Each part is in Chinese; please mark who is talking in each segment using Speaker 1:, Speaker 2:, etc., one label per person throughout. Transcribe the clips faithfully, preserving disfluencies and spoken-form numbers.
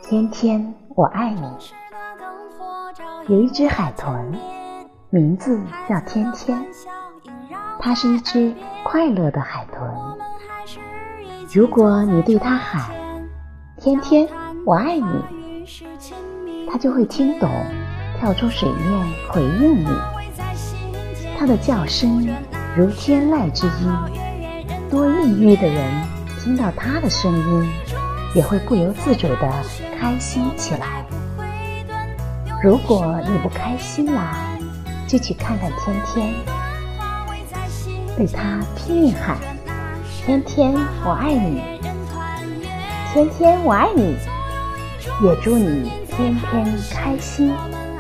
Speaker 1: 天天我爱你。有一只海豚，名字叫天天，它是一只快乐的海豚。如果你对它喊天天我爱你，它就会听懂，跳出水面回应你。它的叫声如天籁之音，多抑郁的人听到它的声音也会不由自主地开心起来。如果你不开心啦，就去看看天天，对他拼命喊天天我爱你，天天我爱你，也祝你天天开心。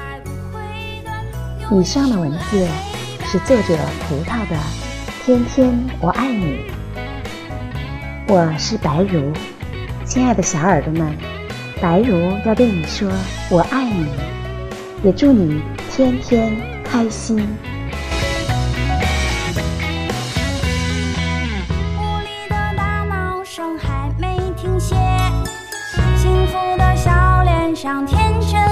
Speaker 1: 以上的文字是作者葡萄的天天我爱你。我是白如，亲爱的小耳朵们，白如要对你说我爱你，也祝你天天开心。
Speaker 2: 无力的大闹声还没停歇，幸福的笑脸上天真